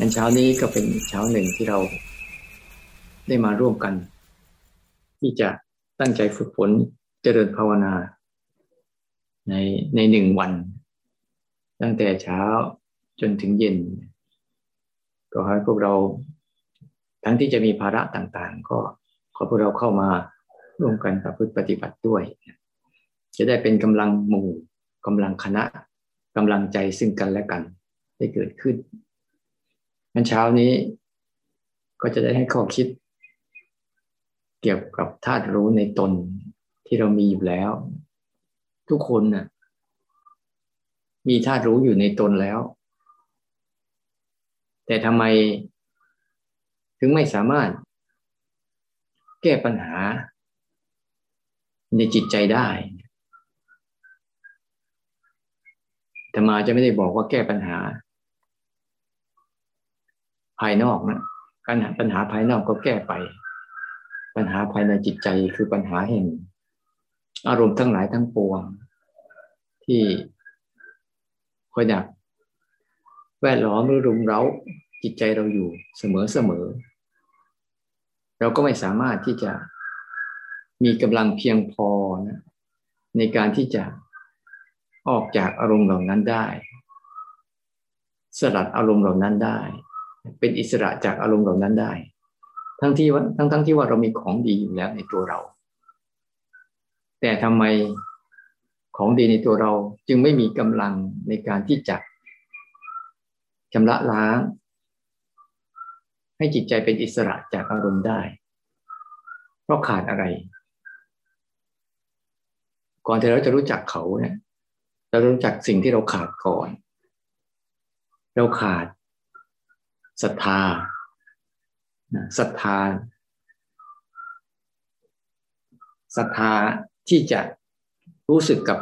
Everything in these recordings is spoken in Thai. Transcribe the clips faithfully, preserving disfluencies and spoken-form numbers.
งั้นเช้านี้ก็เป็นเช้าหนึ่งที่เราได้มาร่วมกันที่จะตั้งใจฝึกฝนเจริญภาวนาในในหนึ่งวันตั้งแต่เช้าจนถึงเย็นก็ให้พวกเราทั้งที่จะมีภาระต่างๆก็ขอพวกเราเข้ามาร่วมกันประพฤติปฏิบัติด้วยจะได้เป็นกำลังหมู่กำลังคณะกำลังใจซึ่งกันและกันได้เกิดขึ้นงั้นเช้านี้ก็จะได้ให้ข้อคิดเกี่ยวกับธาตุรู้ในตนที่เรามีอยู่แล้วทุกคนน่ะมีธาตุรู้อยู่ในตนแล้วแต่ทำไมถึงไม่สามารถแก้ปัญหาในจิตใจได้แต่มาจะไม่ได้บอกว่าแก้ปัญหาภายนอกนะการปัญหาภายนอกก็แก้ไปปัญหาภายในจิตใจคือปัญหาแห่งอารมณ์ทั้งหลายทั้งปวงที่คอยดักแวดล้อมหรือรุมเร้าจิตใจเราอยู่เสมอๆเราก็ไม่สามารถที่จะมีกำลังเพียงพอนะในการที่จะออกจากอารมณ์เหล่านั้นได้สลัดอารมณ์เหล่านั้นได้เป็นอิสระจากอารมณ์เหล่านั้นได้ทั้งที่ว่าทั้งทั้งที่ว่าเรามีของดีอยู่แล้วในตัวเราแต่ทำไมของดีในตัวเราจึงไม่มีกำลังในการที่จะชำระล้างให้จิตใจเป็นอิสระจากอารมณ์ได้เพราะขาดอะไรก่อนที่เราจะรู้จักเขาเนี่ยเรารู้จักสิ่งที่เราขาดก่อนเราขาดศรัทธาศรัทธาศรัทธาที่จะรู้สึกกับ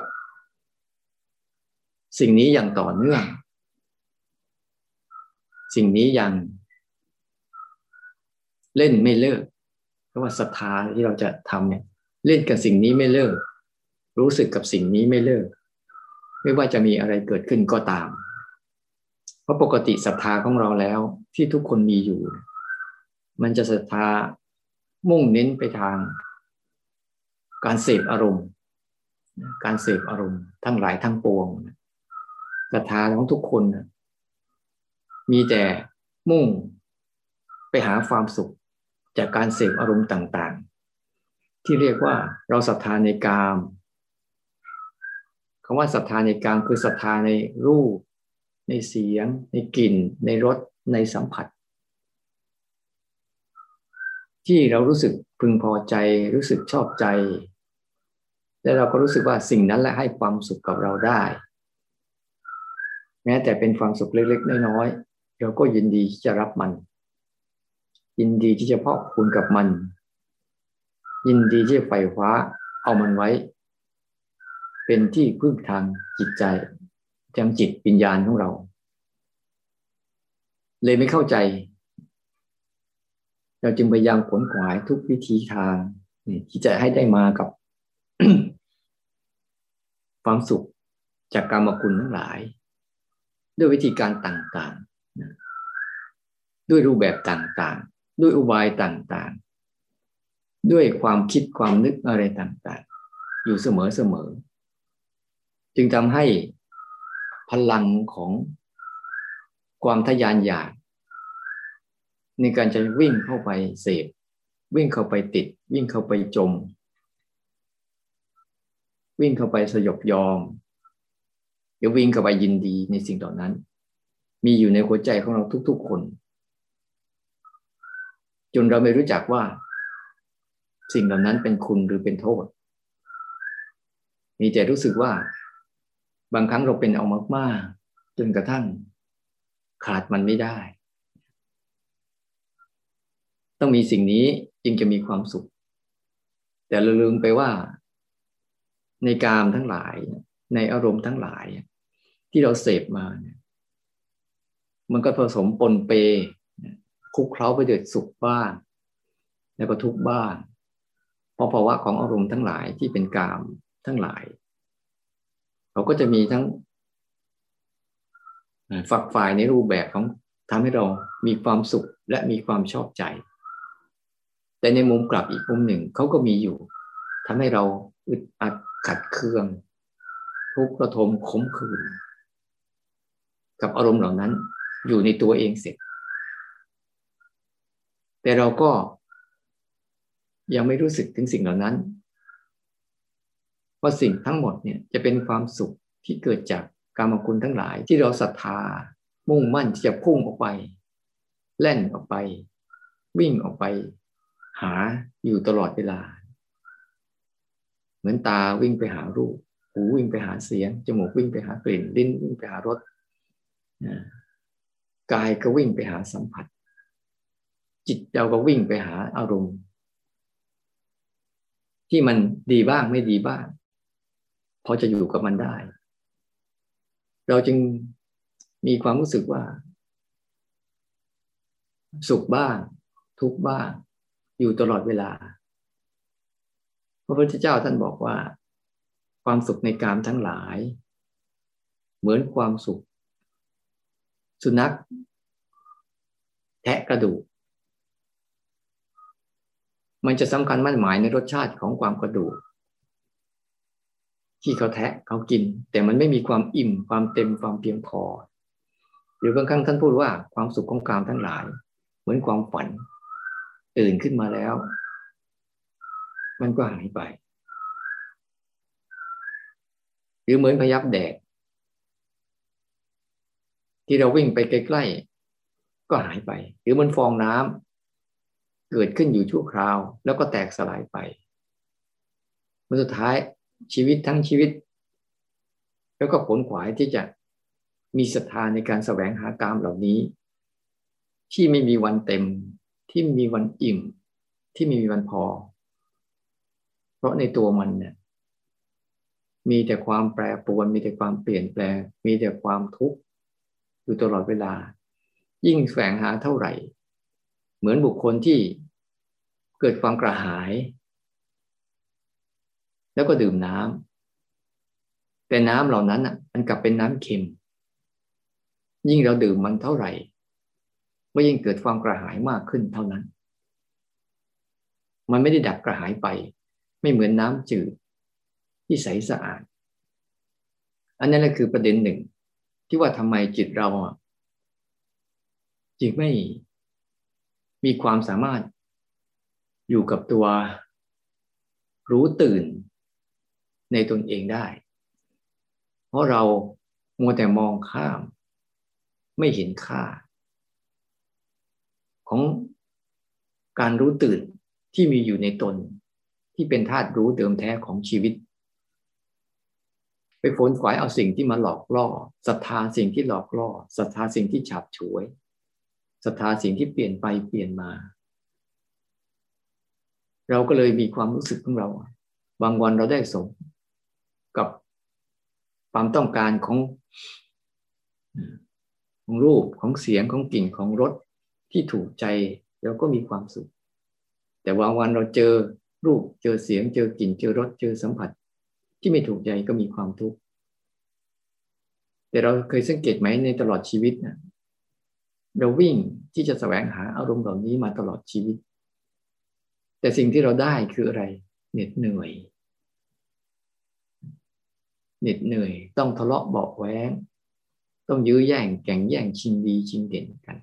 สิ่งนี้อย่างต่อเนื่องสิ่งนี้อย่างเล่นไม่เลิกเพราะว่าศรัทธาที่เราจะทำเนี่ยเล่นกับสิ่งนี้ไม่เลิกรู้สึกกับสิ่งนี้ไม่เลิกไม่ว่าจะมีอะไรเกิดขึ้นก็ตามเพราะปกติศรัทธาของเราแล้วที่ทุกคนมีอยู่มันจะศรัทธามุ่งเน้นไปทางการเสพอารมณ์การเสพอารมณ์ทั้งหลายทั้งปวงศรัทธาของทุกคนมีแต่มุ่งไปหาความสุขจากการเสพอารมณ์ต่างๆที่เรียกว่าเราศรัทธาในกามคำว่าศรัทธาในกามคือศรัทธาในรูปในเสียงในกลิ่นในรสในสัมผัสที่เรารู้สึกพึงพอใจรู้สึกชอบใจและเราก็รู้สึกว่าสิ่งนั้นแหละให้ความสุขกับเราได้แม้แต่เป็นความสุขเล็กๆน้อยๆเราก็ยินดีที่จะรับมันยินดีที่จะเพาะพูนกับมันยินดีที่จะไฝ่คว้าเอามันไว้เป็นที่พึ่งทางจิตใจทางจิตวิญญาณของเราเลยไม่เข้าใจเราจึงพยายามขวนขวายทุกวิธีทางที่จะให้ได้มากับ ความสุขจากกามคุณทั้งหลายด้วยวิธีการต่างๆด้วยรูปแบบต่างๆด้วยอุบายต่างๆด้วยความคิดความนึกอะไรต่างๆอยู่เสมอๆจึงทำให้พลังของความทะยานอยากในการจะวิ่งเข้าไปเสพวิ่งเข้าไปติดวิ่งเข้าไปจมวิ่งเข้าไปสยบยอมเดี๋ยววิ่งเข้าไปยินดีในสิ่งเหล่านั้นมีอยู่ในหัวใจของเราทุกๆคนจนเราไม่รู้จักว่าสิ่งเหล่านั้นเป็นคุณหรือเป็นโทษมีแต่รู้สึกว่าบางครั้งเราเป็นเอามากๆจนกระทั่งขาดมันไม่ได้ต้องมีสิ่งนี้จึงจะมีความสุขแต่เราลืมไปว่าในกามทั้งหลายในอารมณ์ทั้งหลายที่เราเสพมาเนี่ยมันก็ผสมปนเปคลุกเคล้าไปด้วยสุขบ้างแล้วก็ทุกข์บ้างเพราะภาวะของอารมณ์ทั้งหลายที่เป็นกามทั้งหลายเราก็จะมีทั้งฝักฝ่ายในรูปแบบของทำให้เรามีความสุขและมีความชอบใจแต่ในมุมกลับอีกมุมหนึ่งเขาก็มีอยู่ทำให้เราอึดอัดขัดเคืองทุกข์ระทมขมขื่นกับอารมณ์เหล่านั้นอยู่ในตัวเองเสร็จแต่เราก็ยังไม่รู้สึกถึงสิ่งเหล่านั้นว่าสิ่งทั้งหมดเนี่ยจะเป็นความสุขที่เกิดจากกามคุณทั้งหลายที่เราศรัทธามุ่งมั่นที่จะพุ่งออกไปแล่นออกไปวิ่งออกไปหาอยู่ตลอดเวลาเหมือนตาวิ่งไปหารูปหูวิ่งไปหาเสียงจมูกวิ่งไปหากลิ่นลิ้นวิ่งไปหารสกายก็วิ่งไปหาสัมผัสจิตเราก็วิ่งไปหาอารมณ์ที่มันดีบ้างไม่ดีบ้างพอจะอยู่กับมันได้เราจึงมีความรู้สึกว่าสุขบ้างทุกข์บ้างอยู่ตลอดเวลาพระพุทธเจ้าท่านบอกว่าความสุขในกามทั้งหลายเหมือนความสุขสุนัขแทะกระดูกมันจะสำคัญมั่นหมายในรสชาติของความกระดูกที่เขาแทะเขากินแต่มันไม่มีความอิ่มความเต็มความเพียงพอหรือบางครั้งท่านพูดว่าความสุขของกามทั้งหลายเหมือนความฝันตื่นขึ้นมาแล้วมันก็หายไปหรือเหมือนพยับแดดที่เราวิ่งไปใกล้ๆก็หายไปหรือมันฟองน้ำเกิดขึ้นอยู่ชั่วคราวแล้วก็แตกสลายไปเมื่อสุดท้ายชีวิตทั้งชีวิตแล้วก็ผลขวายที่จะมีศรัทธาในการแสวงหากามเหล่านี้ที่ไม่มีวันเต็มที่ไม่มีวันอิ่มที่ไม่มีวันพอเพราะในตัวมันเนี่ยมีแต่ความแปรปรวนมีแต่ความเปลี่ยนแปลงมีแต่ความทุกข์อยู่ตลอดเวลายิ่งแสวงหาเท่าไหร่เหมือนบุคคลที่เกิดความกระหายแล้วก็ดื่มน้ำแต่น้ำเหล่านั้นอ่ะมันกลับเป็นน้ำเค็มยิ่งเราดื่มมันเท่าไหร่ก็ยิ่งเกิดความกระหายมากขึ้นเท่านั้นมันไม่ได้ดับกระหายไปไม่เหมือนน้ำจืดที่ใสสะอาดอันนั้นแหละคือประเด็นหนึ่งที่ว่าทำไมจิตเราจึงไม่มีความสามารถอยู่กับตัวรู้ตื่นในตนเองได้เพราะเรามัวแต่มองข้ามไม่เห็นค่าของการรู้ตื่นที่มีอยู่ในตนที่เป็นธาตุรู้เดิมแท้ของชีวิตไปฝนฝายเอาสิ่งที่มาหลอกล่อศรัทธาสิ่งที่หลอกล่อศรัทธาสิ่งที่ฉับฉวยศรัทธาสิ่งที่เปลี่ยนไปเปลี่ยนมาเราก็เลยมีความรู้สึกของเราบางวันเราได้สมกับความต้องการของของรูปของเสียงของกลิ่นของรสที่ถูกใจเราก็มีความสุขแต่บางวันเราเจอรูปเจอเสียงเจอกลิ่นเจอรสเจอสัมผัสที่ไม่ถูกใจก็มีความทุกข์แต่เราเคยสังเกตไหมในตลอดชีวิตนะเราวิ่งที่จะแสวงหาอารมณ์เหล่านี้มาตลอดชีวิตแต่สิ่งที่เราได้คืออะไรเหน็ดเหนื่อยเหน็ดเหนื่อยต้องทะเลาะเบาะแว้งต้องยื้อแย่งแข่งแย่งชิงดีชิงเด่นกัน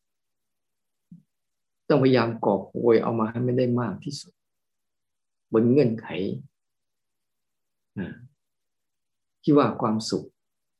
ต้องพยายามกอบโกยเอามาให้ไม่ได้มากที่สุดบนเงื่อนไขที่ว่าความสุข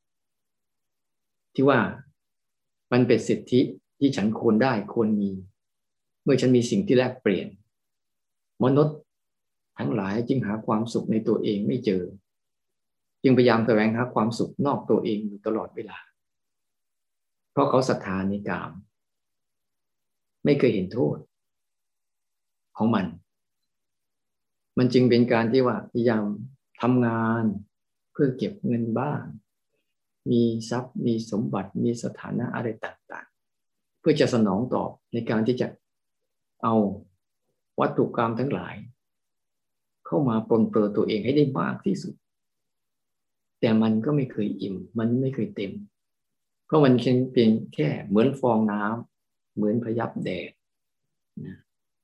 ที่ว่ามันเป็นสิทธิที่ฉันควรได้ควรมีเมื่อฉันมีสิ่งที่แลกเปลี่ยนมนุษย์ทั้งหลายจึงหาความสุขในตัวเองไม่เจอจึงพยายามแสวงหาความสุขนอกตัวเองอยู่ตลอดเวลาเพราะเขาศรัทธาในกามไม่เคยเห็นโทษของมันมันจึงเป็นการที่ว่าพยายามทำงานเพื่อเก็บเงินบ้างมีทรัพย์มีสมบัติมีสถานะอะไรต่างๆเพื่อจะสนองตอบในการที่จะเอาวัตถุกรรมทั้งหลายเข้ามาปลนเปลือตัวเองให้ได้มากที่สุดแต่มันก็ไม่เคยอิ่มมันไม่เคยเต็มเพราะมันเป็นแค่เหมือนฟองน้ำเหมือนพยับแดดนะ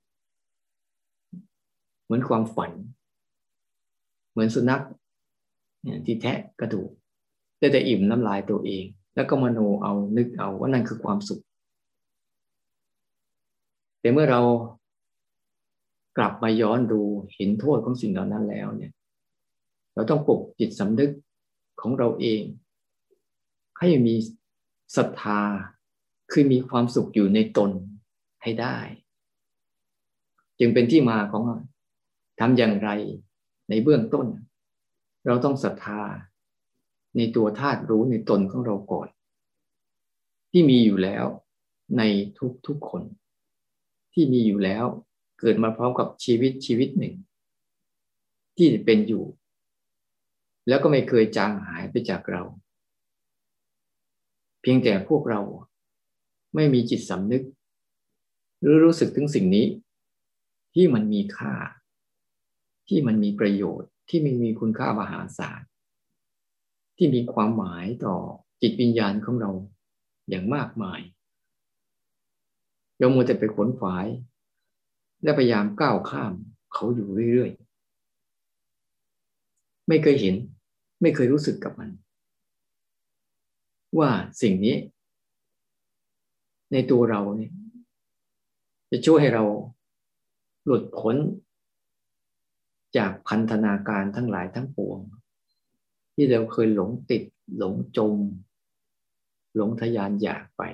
เหมือนความฝันเหมือนสุนัขที่แทะกระดูกได้แต่อิ่มน้ำลายตัวเองแล้วก็มโนเอานึกเอาว่านั่นคือความสุขแต่เมื่อเรากลับมาย้อนดูเห็นโทษของสิ่งเหล่านั้นแล้วเนี่ยเราต้องปลุกจิตสำนึกของเราเองให้มีศรัทธาคือมีความสุขอยู่ในตนให้ได้จึงเป็นที่มาของทำอย่างไรในเบื้องต้นเราต้องศรัทธาในตัวธาตุรู้ในตนของเราก่อนที่มีอยู่แล้วในทุกๆคนที่มีอยู่แล้วเกิดมาพร้อมกับชีวิตชีวิตหนึ่งที่เป็นอยู่แล้วก็ไม่เคยจางหายไปจากเราเพียงแต่พวกเราไม่มีจิตสำนึกหรือรู้สึกถึงสิ่งนี้ที่มันมีค่าที่มันมีประโยชน์ที่มันมีคุณค่ามหาศาลที่มีความหมายต่อจิตวิญญาณของเราอย่างมากมายเรามัวแต่ไปขวนขวายและพยายามก้าวข้ามเขาอยู่เรื่อยๆไม่เคยเห็นไม่เคยรู้สึกกับมันว่าสิ่งนี้ในตัวเราเนี่ยจะช่วยให้เราหลุดพ้นจากพันธนาการทั้งหลายทั้งปวงที่เราเคยหลงติดหลงจมหลงทะยานอยากไป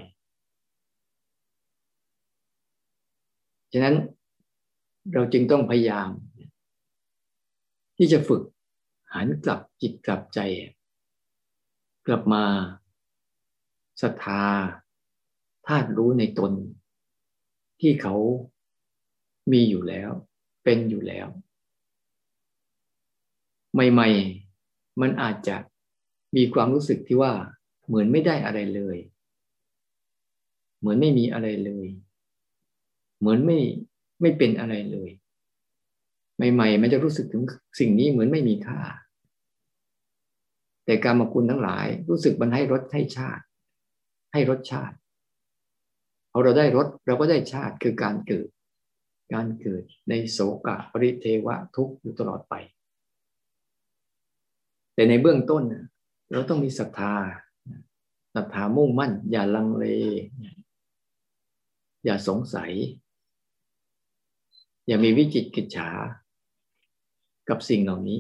ฉะนั้นเราจึงต้องพยายามที่จะฝึกหันกลับจิตกลับใจกลับมาศรัทธาธาตุรู้ในตนที่เขามีอยู่แล้วเป็นอยู่แล้วใหม่ๆมันอาจจะมีความรู้สึกที่ว่าเหมือนไม่ได้อะไรเลยเหมือนไม่มีอะไรเลยเหมือนไม่ไม่เป็นอะไรเลยใหม่ๆมันจะรู้สึกถึงสิ่งนี้เหมือนไม่มีค่าแต่กามคุณทั้งหลายรู้สึกมันให้รสให้ชาติให้รสชาติพอเราได้รสเราก็ได้ชาติคือการเกิดการเกิดในโศกะปริเทวะทุกข์อยู่ตลอดไปแต่ในเบื้องต้นเราต้องมีศรัทธาศรัทธามุ่งมั่นอย่าลังเลอย่าสงสัยอย่ามีวิจิกิจฉากับสิ่งเหล่านี้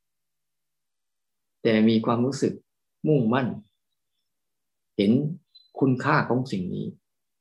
แต่มีความรู้สึกมุ่งมั่นเห็นคุณค่าของสิ่งนี้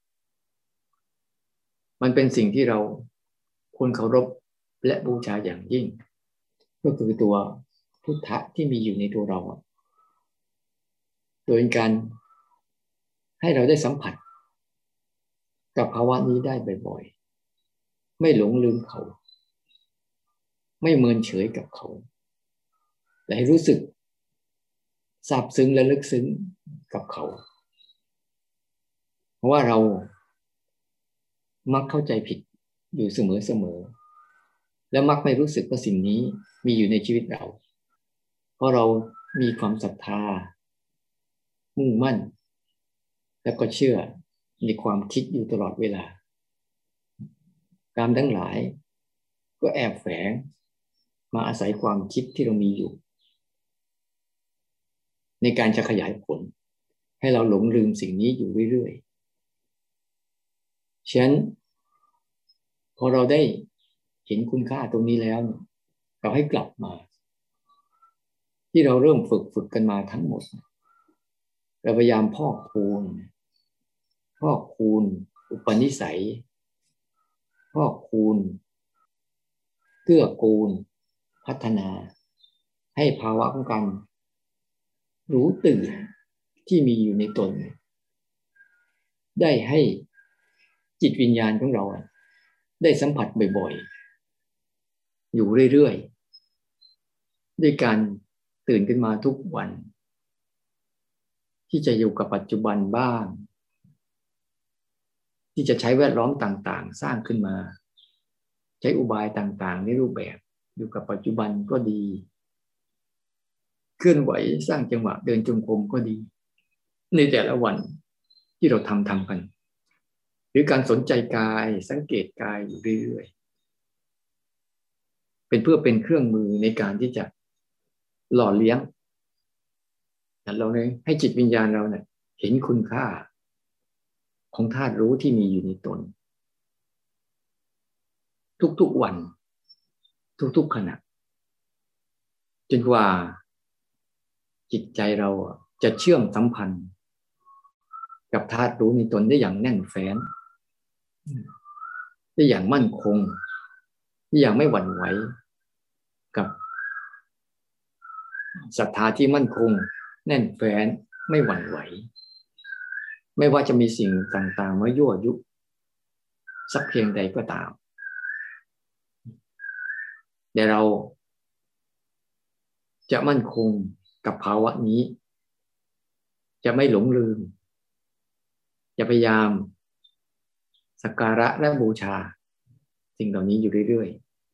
มันเป็นสิ่งที่เราควรเคารพและบูชาอย่างยิ่งก็คือตัวพุทธะที่มีอยู่ในตัวเราโดยการให้เราได้สัมผัสกับภาวะนี้ได้บ่อยๆไม่หลงลืมเขาไม่เมินเฉยกับเขาแต่ให้รู้สึกซาบซึ้งและลึกซึ้งกับเขาเพราะว่าเรามักเข้าใจผิดอยู่เสมอๆและมักไม่รู้สึกว่าสิ่งนี้มีอยู่ในชีวิตเราเพราะเรามีความศรัทธามุ่งมั่นและก็เชื่อในความคิดอยู่ตลอดเวลากามทั้งหลายก็แอบแฝงมาอาศัยความคิดที่เรามีอยู่ในการจะขยายผลให้เราหลงลืมสิ่งนี้อยู่เรื่อยๆฉะนั้นพอเราได้เห็นคุณค่าตรงนี้แล้วเราให้กลับมาที่เราเริ่มฝึกฝึกกันมาทั้งหมดเราพยายามพอกพูนพอกคูณอุปนิสัยพอกคูณเกื้อกูลพัฒนาให้ภาวะของการรู้ตื่นที่มีอยู่ในตนได้ให้จิตวิญญาณของเราได้สัมผัสบ่อยๆอยู่เรื่อยๆด้วยการตื่นขึ้นมาทุกวันที่จะอยู่กับปัจจุบันบ้างที่จะใช้แวดล้อมต่างๆสร้างขึ้นมาใช้อุบายต่างๆในรูปแบบอยู่กับปัจจุบันก็ดีเคลื่อนไหวสร้างจังหวะเดินจงกรมก็ดีในแต่ละวันที่เราทำทำกันหรือการสนใจกายสังเกตกายอยู่เรื่อยๆเป็นเพื่อเป็นเครื่องมือในการที่จะหล่อเลี้ยงเราเนี่ยให้จิตวิญญาณเราเนี่ยเห็นคุณค่าของธาตุรู้ที่มีอยู่ในตนทุกๆวันทุกๆขณะจนกว่าจิตใจเราจะเชื่อมสัมพันธ์กับธาตุรู้ในตนได้อย่างแน่นแฟ้นได้อย่างมั่นคงได้อย่างไม่หวั่นไหวกับศรัทธาที่มั่นคงแน่นแฟ้นไม่หวั่นไหวไม่ว่าจะมีสิ่งต่างๆมายั่วยุสักเพียงใดก็ตามแต่เราจะมั่นคงกับภาวะนี้จะไม่หลงลืมจะพยายามสักการะและบูชาสิ่งเหล่านี้อยู่เรื่อย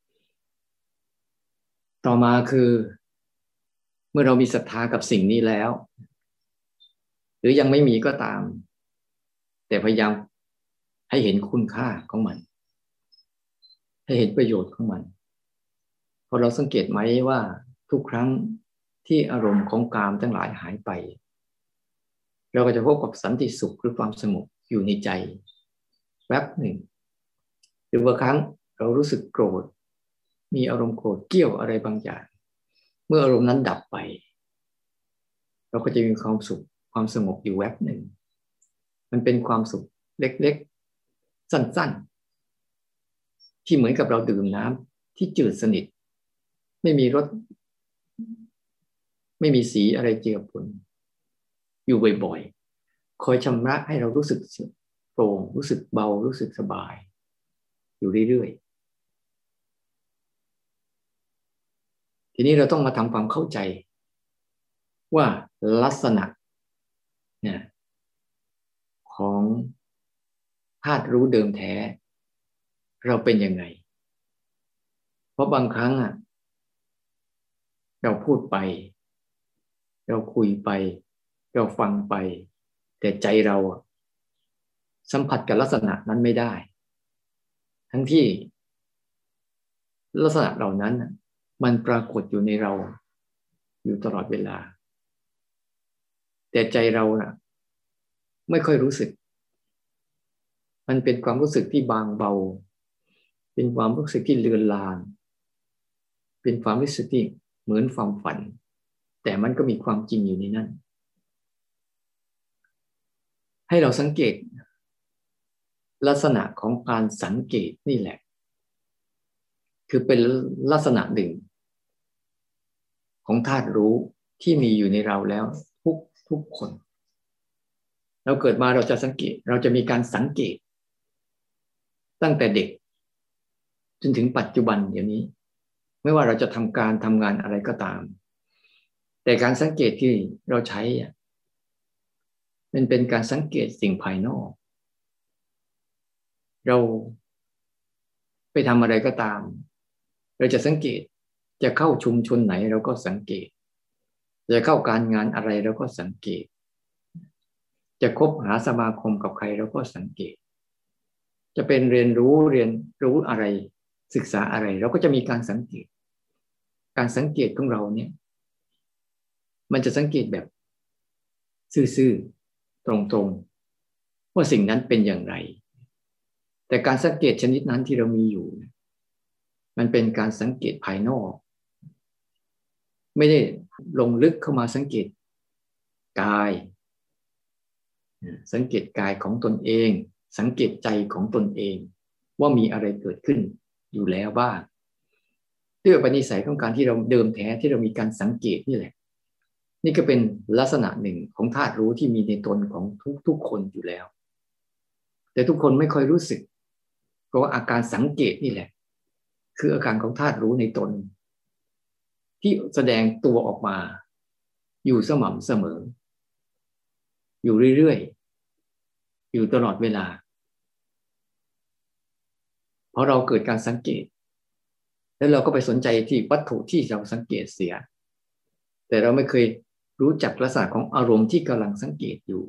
ๆต่อมาคือเมื่อเรามีศรัทธากับสิ่งนี้แล้วหรือยังไม่มีก็ตามแต่พยายามให้เห็นคุณค่าของมันให้เห็นประโยชน์ของมันพอเราสังเกตไหมว่าทุกครั้งที่อารมณ์ของกามทั้งหลายหายไปเราก็จะพบกับสันติสุขหรือความสงบอยู่ในใจแวบหนึ่งหรือบางครั้งเรารู้สึกโกรธมีอารมณ์โกรธเกี่ยวอะไรบางอย่างเมื่ออารมณ์นั้นดับไปเราก็จะมีความสุขความสงบอยู่แวบหนึ่งมันเป็นความสุขเล็กๆสั้นๆที่เหมือนกับเราดื่มน้ำที่จืดสนิทไม่มีรสไม่มีสีอะไรเจือปนอยู่บ่อยๆคอยชำระให้เรารู้สึกโปร่งรู้สึกเบารู้สึกสบายอยู่เรื่อยๆทีนี้เราต้องมาทำความเข้าใจว่าลักษณะเนี่ยของธาตุรู้เดิมแท้เราเป็นยังไงเพราะบางครั้งอ่ะเราพูดไปเราคุยไปเราฟังไปแต่ใจเราสัมผัสกับลักษณะนั้นไม่ได้ทั้งที่ลักษณะเหล่านั้นมันปรากฏอยู่ในเราอยู่ตลอดเวลาแต่ใจเราน่ะไม่ค่อยรู้สึกมันเป็นความรู้สึกที่บางเบาเป็นความรู้สึกที่เลือนลางเป็นความรู้สึกที่เหมือนความฝันแต่มันก็มีความจริงอยู่ในนั้นให้เราสังเกตลักษณะของการสังเกตนี่แหละคือเป็นลักษณะหนึ่งของธาตุรู้ที่มีอยู่ในเราแล้วทุกทุกคนเราเกิดมาเราจะสังเกตเราจะมีการสังเกตตั้งแต่เด็กจนถึงปัจจุบันเดี๋ยวนี้ไม่ว่าเราจะทำการทำงานอะไรก็ตามแต่การสังเกตที่เราใช้มันเป็นการสังเกตสิ่งภายนอกเราไปทำอะไรก็ตามเราจะสังเกตจะเข้าชุมชนไหนเราก็สังเกตจะเข้าการงานอะไรเราก็สังเกตจะคบหาสมาคมกับใครเราก็สังเกตจะเป็นเรียนรู้เรียนรู้อะไรศึกษาอะไรเราก็จะมีการสังเกตการสังเกตของเราเนี่ยมันจะสังเกตแบบซื่อๆตรงๆว่าสิ่งนั้นเป็นอย่างไรแต่การสังเกตชนิดนั้นที่เรามีอยู่มันเป็นการสังเกตภายนอกไม่ได้ลงลึกเข้ามาสังเกตกายสังเกตกายของตนเองสังเกตใจของตนเองว่ามีอะไรเกิดขึ้นอยู่แล้วบ้างด้วยอุปนิสัยของการที่เราเดิมแท้ที่เรามีการสังเกตนี่แหละนี่ก็เป็นลักษณะหนึ่งของธาตุรู้ที่มีในตนของทุกๆคนอยู่แล้วแต่ทุกคนไม่ค่อยรู้สึกเพราะว่าอาการสังเกตนี่แหละคืออาการของธาตุรู้ในตนที่แสดงตัวออกมาอยู่สม่ำเสมออยู่เรื่อยๆอยู่ตลอดเวลาเพราะเราเกิดการสังเกตแล้วเราก็ไปสนใจที่วัตถุที่เราสังเกตเสียแต่เราไม่เคยรู้จักลักษณะของอารมณ์ที่กำลังสังเกตอยู่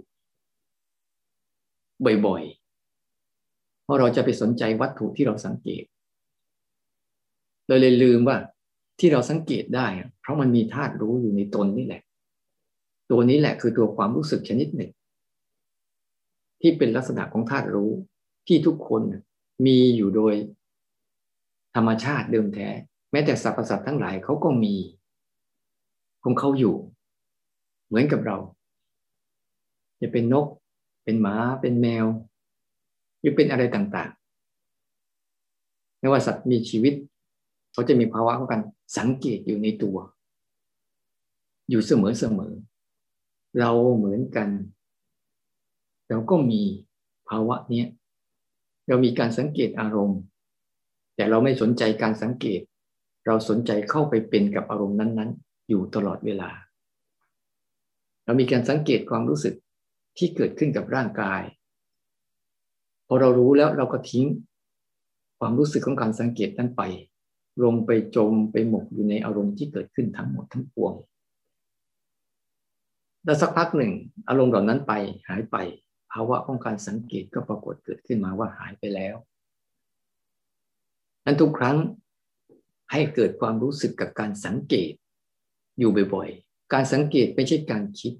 บ่อยๆเพราะเราจะไปสนใจวัตถุที่เราสังเกตเราเลยลืมว่าที่เราสังเกตได้เพราะมันมีธาตุรู้อยู่ในตนนี่แหละตัวนี้แหละคือตัวความรู้สึกชนิดหนึ่งที่เป็นลักษณะของธาตุรู้ที่ทุกคนมีอยู่โดยธรรมชาติเดิมแท้แม้แต่สรรพสัตว์ทั้งหลายเขาก็มีของเขาอยู่เหมือนกับเราจะเป็นนกเป็นหมาเป็นแมวหรือเป็นอะไรต่างๆไม่ว่าสัตว์มีชีวิตเขาจะมีภาวะของการสังเกตอยู่ในตัวอยู่เสมอๆเราเหมือนกันเราก็มีภาวะนี้เรามีการสังเกตอารมณ์แต่เราไม่สนใจการสังเกตเราสนใจเข้าไปเป็นกับอารมณ์นั้นๆอยู่ตลอดเวลาเรามีการสังเกตความรู้สึกที่เกิดขึ้นกับร่างกายพอเรารู้แล้วเราก็ทิ้งความรู้สึกของการสังเกตนั้นไปลงไปจมไปหมกอยู่ในอารมณ์ที่เกิดขึ้นทั้งหมดทั้งปวงแล้วสักพักหนึ่งอารมณ์เหล่านั้นไปหายไปภาวะของการสังเกตก็ปรากฏเกิดขึ้นมาว่าหายไปแล้วนั้นทุกครั้งให้เกิดความรู้สึกกับการสังเกตอยู่บ่อยๆการสังเกตไม่ใช่การคิด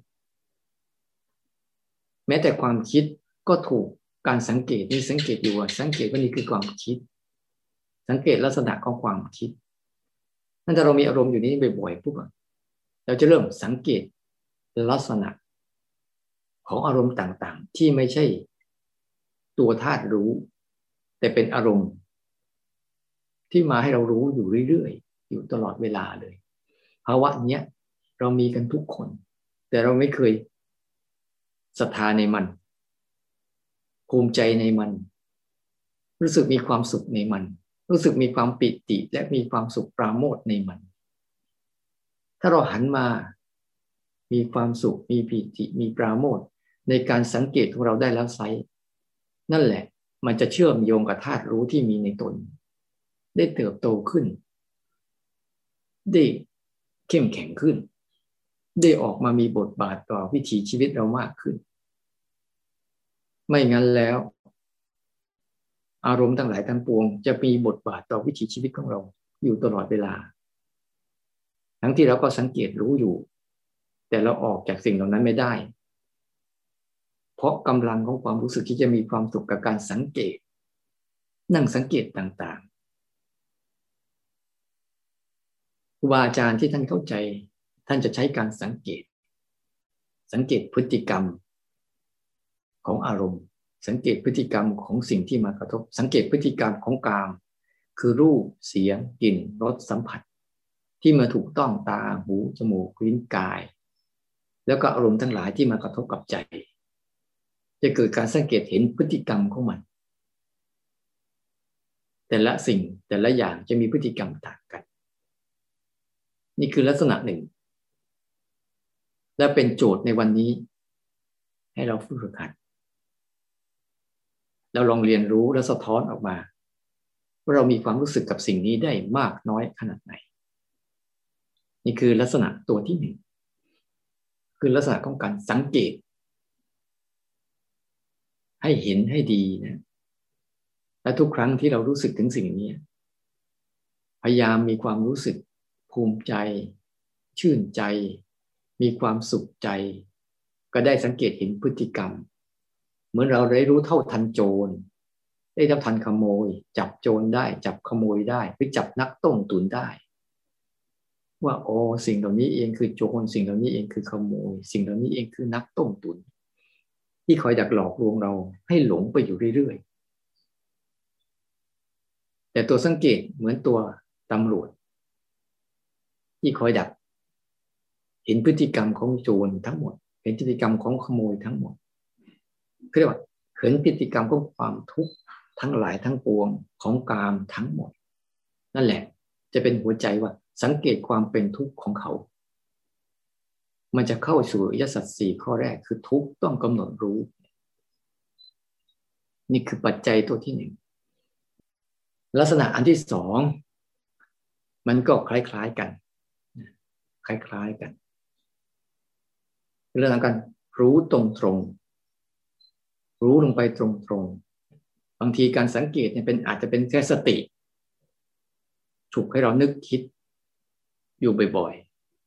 แม้แต่ความคิดก็ถูกการสังเกตนี่สังเกตอยู่ว่าสังเกตว่านี่คือความคิดสังเกตลักษณะของความคิดนั่นถ้าเรามีอารมณ์อยู่นี้บ่อยๆปุ๊บเราจะเริ่มสังเกตลักษณะของอารมณ์ต่างๆที่ไม่ใช่ตัวธาตุรู้แต่เป็นอารมณ์ที่มาให้เรารู้อยู่เรื่อยๆอยู่ตลอดเวลาเลยภาวะเนี้ยเรามีกันทุกคนแต่เราไม่เคยศรัทธาในมันภูมิใจในมันรู้สึกมีความสุขในมันรู้สึกมีความปิติและมีความสุขปราโมทย์ในมันถ้าเราหันมามีความสุขมีปิติมีปราโมทย์ในการสังเกตของเราได้แล้วไซนั่นแหละมันจะเชื่อมโยงกับธาตุรู้ที่มีในตนได้เติบโตขึ้นได้เข้มแข็งขึ้นได้ออกมามีบทบาทต่อวิถีชีวิตเรามากขึ้นไม่งั้นแล้วอารมณ์ทั้งหลายทั้งปวงจะมีบทบาทต่อวิถีชีวิตของเราอยู่ตลอดเวลาทั้งที่เราก็สังเกตรู้อยู่แต่เราออกจากสิ่งเหล่านั้นไม่ได้เพราะกำลังของความรู้สึกที่จะมีความสุขกับการสังเกตนั่งสังเกตต่างๆครูบาอาจารย์ที่ท่านเข้าใจท่านจะใช้การสังเกตสังเกตพฤติกรรมของอารมณ์สังเกตพฤติกรรมของสิ่งที่มากระทบสังเกตพฤติกรรมของกามคือรูปเสียงกลิ่นรสสัมผัสที่มาถูกต้องตาหูจมูกลิ้นกายแล้วก็อารมณ์ทั้งหลายที่มากระทบกับใจจะเกิดการสังเกตเห็นพฤติกรรมของมันแต่ละสิ่งแต่ละอย่างจะมีพฤติกรรมต่างกันนี่คือลักษณะหนึ่งและเป็นโจทย์ในวันนี้ให้เราฝึกหัดเราลองเรียนรู้และสะท้อนออกมาว่าเรามีความรู้สึกกับสิ่งนี้ได้มากน้อยขนาดไหนนี่คือลักษณะตัวที่หนึ่งคือลักษณะของการสังเกตให้เห็นให้ดีนะและทุกครั้งที่เรารู้สึกถึงสิ่งนี้พยายามมีความรู้สึกภูมิใจชื่นใจมีความสุขใจก็ได้สังเกตเห็นพฤติกรรมเหมือนเราได้รู้เท่าทันโจรได้เท่าทันขโมยจับโจรได้จับขโมยได้หรือจับนักต้มตุ๋นได้ว่าโอ้สิ่งเหล่านี้เองคือโจรสิ่งเหล่านี้เองคือขโมยสิ่งเหล่านี้เองคือนักต้มตุ๋นที่คอยดักหลอกลวงเราให้หลงไปอยู่เรื่อยๆแต่ตัวสังเกตเหมือนตัวตำรวจที่คอยดักเห็นพฤติกรรมของโจรทั้งหมดเห็นพฤติกรรมของขโมยทั้งหมดเรียกว่าเห็นพฤติกรรมของความทุกข์ทั้งหลายทั้งปวงของกามทั้งหมดนั่นแหละจะเป็นหัวใจว่าสังเกตความเป็นทุกข์ของเขามันจะเข้าสู่อริยสัจสี่ข้อแรกคือทุกข์ต้องกำหนดรู้นี่คือปัจจัยตัวที่หนึ่งลักษณะอันที่สองมันก็คล้ายๆกันคล้ายๆกันเรื่องการรู้ตรงตรงรู้ลงไปตรงตรงบางทีการสังเกตเนี่ยเป็นอาจจะเป็นแค่สติฉุกให้เรานึกคิดอยู่บ่อย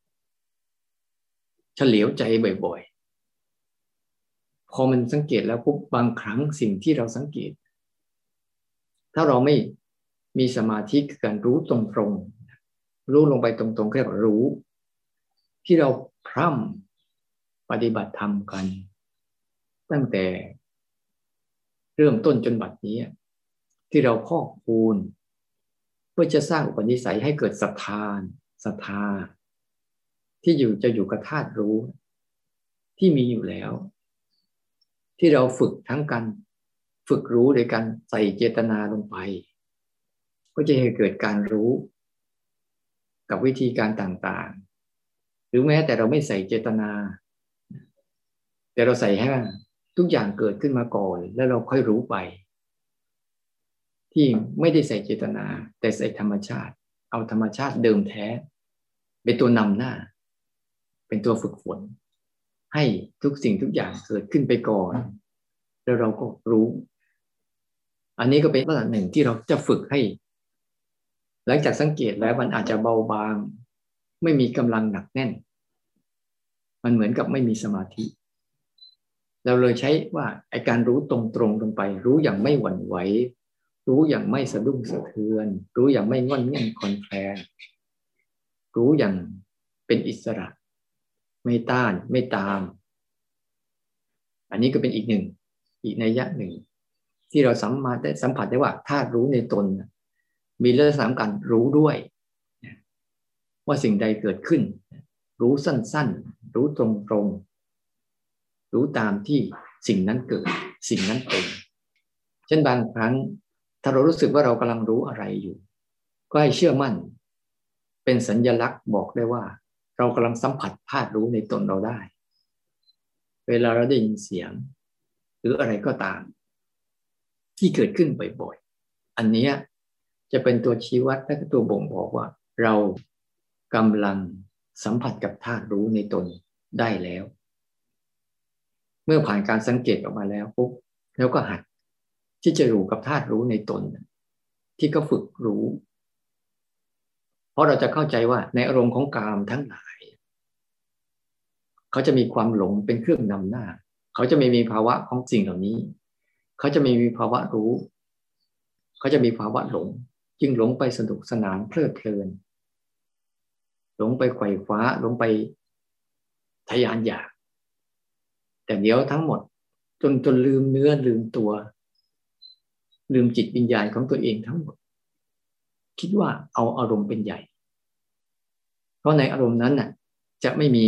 ๆเฉลียวใจบ่อยๆพอมันสังเกตแล้วปุ๊บบางครั้งสิ่งที่เราสังเกตถ้าเราไม่มีสมาธิคือการรู้ตรงๆรู้ลงไปตรงๆเรียกว่ารู้ที่เราพร่ำปฏิบัติธรรมกันตั้งแต่เริ่มต้นจนบัดนี้ที่เราพอกพูนเพื่อจะสร้างอุปนิสัยให้เกิดศรัทธาศรัทธาที่อยู่จะอยู่กับธาตุรู้ที่มีอยู่แล้วที่เราฝึกทั้งกันฝึกรู้โดยการใส่เจตนาลงไปก็จะให้เกิดการรู้กับวิธีการต่างๆหรือแม้แต่เราไม่ใส่เจตนาแต่เราใส่ให้ทุกอย่างเกิดขึ้นมาก่อนแล้วเราค่อยรู้ไปที่ไม่ได้ใส่เจตนาแต่ใส่ธรรมชาติเอาธรรมชาติเดิมแท้เป็นตัวนำหน้าเป็นตัวฝึกฝนให้ทุกสิ่งทุกอย่างเกิดขึ้นไปก่อนแล้วเราก็รู้อันนี้ก็เป็นลักษณะหนึ่งที่เราจะฝึกให้หลังจากสังเกตแล้วมันอาจจะเบาบางไม่มีกำลังหนักแน่นมันเหมือนกับไม่มีสมาธิเราเลยใช้ว่าไอ้การรู้ตรงๆลงไปรู้อย่างไม่หวั่นไหวรู้อย่างไม่สะดุ้งสะเทือนรู้อย่างไม่ง่อนแง่นคลอนแคลนรู้อย่างเป็นอิสระไม่ต้านไม่ตามอันนี้ก็เป็นอีกหนึ่งอีกนัยยะหนึ่งที่เราสัมผัสได้สัมผัสได้ว่าธาตุรู้ในตนมีลักษณะการรู้ด้วยว่าสิ่งใดเกิดขึ้นรู้สั้นๆรู้ตรงๆรู้ตามที่สิ่งนั้นเกิดสิ่งนั้นเป็นเช่นบางครั้งถ้าเรารู้สึกว่าเรากำลังรู้อะไรอยู่ก็ให้เชื่อมั่นเป็นสัญลักษณ์บอกได้ว่าเรากำลังสัมผัสธาตุรู้ในตนเราได้เวลาเราได้ยินเสียงหรืออะไรก็ตามที่เกิดขึ้นบ่อยๆอันนี้จะเป็นตัวชี้วัดและตัวบ่งบอกว่าเรากำลังสัมผัสกับธาตุรู้ในตนได้แล้วเมื่อผ่านการสังเกตออกมาแล้วปุ๊บแล้วก็หัดที่จะรู้กับธาตุรู้ในตนที่ก็ฝึกรู้เพราะเราจะเข้าใจว่าในอารมณ์ของกามทั้งหลายเขาจะมีความหลงเป็นเครื่องนำหน้าเขาจะไม่มีภาวะของสิ่งเหล่านี้เขาจะไม่มีภาวะรู้เขาจะมีภาวะหลงจึงหลงไปสนุกสนานเพลิดเพลินหลงไปไขว่คว้าหลงไปทะยานอยากแต่เดี๋ยวทั้งหมดจนจนลืมเนื้อลืมตัวลืมจิตวิญญาณของตัวเองทั้งหมดคิดว่าเอาอารมณ์เป็นใหญ่เพราะในอารมณ์นั้นน่ะจะไม่มี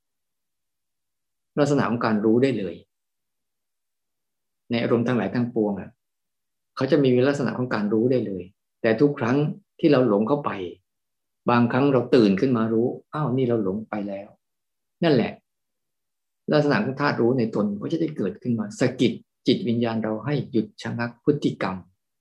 ลักษณะของการรู้ได้เลยในอารมณ์ทั้งหลายทั้งปวงอ่ะเขาจะมีลักษณะของการรู้ได้เลยแต่ทุกครั้งที่เราหลงเข้าไปบางครั้งเราตื่นขึ้นมารู้อ้าวนี่เราหลงไปแล้วนั่นแหละลักษณะของธาตุรู้ในตนก็จะได้เกิดขึ้นมาสะกิดจิตวิญญาณเราให้หยุดชะงักพฤติกรรม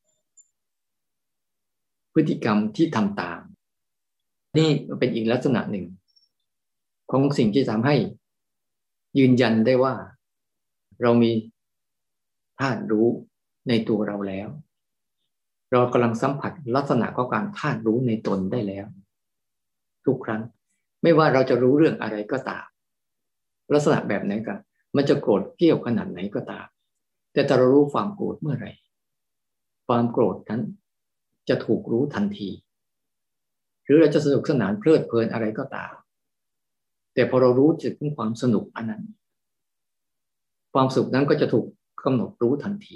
พฤติกรรมที่ทำตามนี่เป็นอีกลักษณะหนึ่งของสิ่งที่ทำให้ยืนยันได้ว่าเรามีธาตุรู้ในตัวเราแล้วเรากำลังสัมผัสลักษณะของการธาตุรู้ในตนได้แล้วทุกครั้งไม่ว่าเราจะรู้เรื่องอะไรก็ตามลักษณะแบบไหนกันมันจะโกรธเกรี้ยวขนาดไหนก็ตามแต่ถ้าเรารู้ความโกรธเมื่อไหร่ความโกรธนั้นจะถูกรู้ทันทีหรือเราจะสนุกสนานเพลิดเพลินอะไรก็ตามแต่พอเรารู้จุดของความสนุกอันนั้นความสุขนั้นก็จะถูกกำหนดรู้ทันที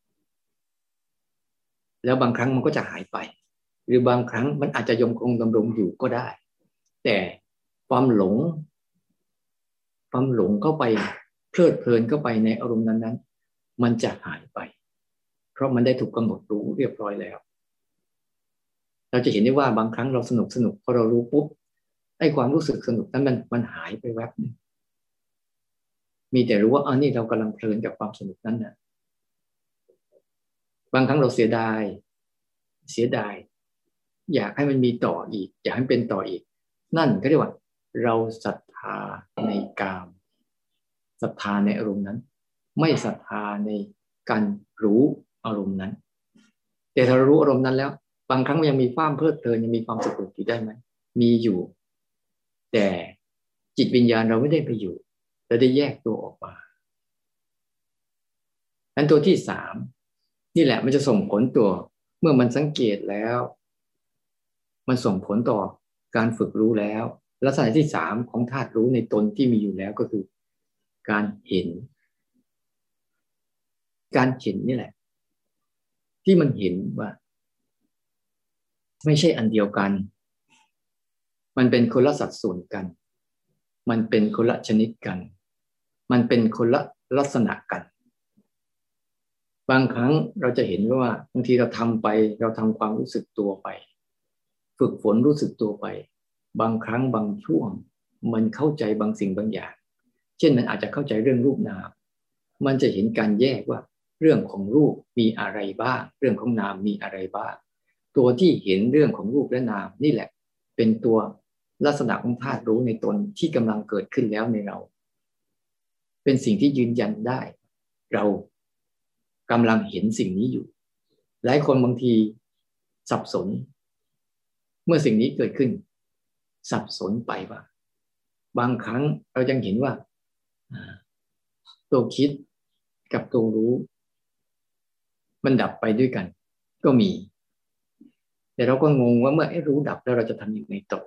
แล้วบางครั้งมันก็จะหายไปหรือบางครั้งมันอาจจะยังคงดำรงอยู่ก็ได้แต่ความหลงความหลงเข้าไปเพลิดเพลินเข้าไปในอารมณ์นั้นๆมันจะหายไปเพราะมันได้ถูกกำหนดรู้เรียบร้อยแล้วเราจะเห็นได้ว่าบางครั้งเราสนุกสนุกพอเรารู้ปุ๊บไอ้ความรู้สึกสนุกนั้นมันมันหายไปแวบนึงมีแต่รู้ว่าอ๋อนี่เรากำลังเพลินกับความสนุกนั้นนะบางครั้งเราเสียดายเสียดายอยากให้มันมีต่ออีกอยากให้เป็นต่ออีกนั่นก็เรียกว่าเราศรัทธาในกามศรัทธาในอารมณ์นั้นไม่ศรัทธาในการรู้อารมณ์นั้นแต่ถ้าเรารู้อารมณ์นั้นแล้วบางครั้งมันยังมีความเพลิดเพลินยังมีความสุขอยู่ได้ไหมมีอยู่แต่จิตวิญญาณเราไม่ได้ไปอยู่เราได้แยกตัวออกมาอันตัวที่สามนี่แหละมันจะส่งผลตัวเมื่อมันสังเกตแล้วมันส่งผลต่อการฝึกรู้แล้วลักษณะที่สามของธาตุรู้ในตนที่มีอยู่แล้วก็คือการเห็นการเห็นนี่แหละที่มันเห็นว่าไม่ใช่อันเดียวกันมันเป็นคนละสัดส่วนกันมันเป็นคนละชนิดกันมันเป็นคนละลักษณะกันบางครั้งเราจะเห็นว่าบางทีเราทำไปเราทำความรู้สึกตัวไปฝึกฝนรู้สึกตัวไปบางครั้งบางช่วงมันเข้าใจบางสิ่งบางอย่างเช่นมันอาจจะเข้าใจเรื่องรูปนามมันจะเห็นการแยกว่าเรื่องของรูปมีอะไรบ้างเรื่องของนามมีอะไรบ้างตัวที่เห็นเรื่องของรูปและนามนี่แหละเป็นตัวลักษณะของธาตุรู้ในตนที่กำลังเกิดขึ้นแล้วในเราเป็นสิ่งที่ยืนยันได้เรากำลังเห็นสิ่งนี้อยู่หลายคนบางทีสับสนเมื่อสิ่งนี้เกิดขึ้นสับสนไปว่าบางครั้งเรายังเห็นว่าตัวคิดกับตัวรู้มันดับไปด้วยกันก็มีแต่เราก็งงว่าเมื่อไอ้รู้ดับแล้วเราจะทำยังไงต่อ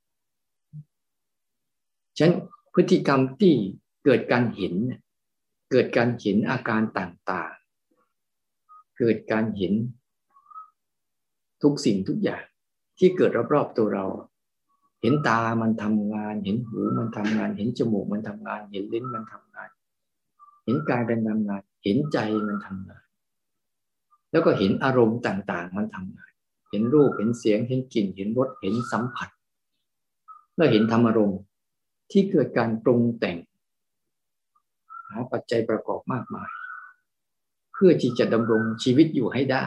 ฉะนั้นพฤติกรรมที่เกิดการเห็นเกิดการเห็นอาการต่างๆเกิดการเห็นทุกสิ่งทุกอย่างที่เกิดรอบๆตัวเราเห็นตามันทำงานเห็นหูมันทำงานเห็นจมูกมันทำงานเห็นลิ้นมันทำงานเห็นกายเป็นทำงานเห็นใจมันทำงานแล้วก็เห็นอารมณ์ต่างๆมันทำงานเห็นรูปเห็นเสียงเห็นกลิ่นเห็นรสเห็นสัมผัสแล้วเห็นธรรมอารมณ์ที่เกิดการปรุงแต่งหาปัจจัยประกอบมากมายเพื่อที่จะดำรงชีวิตอยู่ให้ได้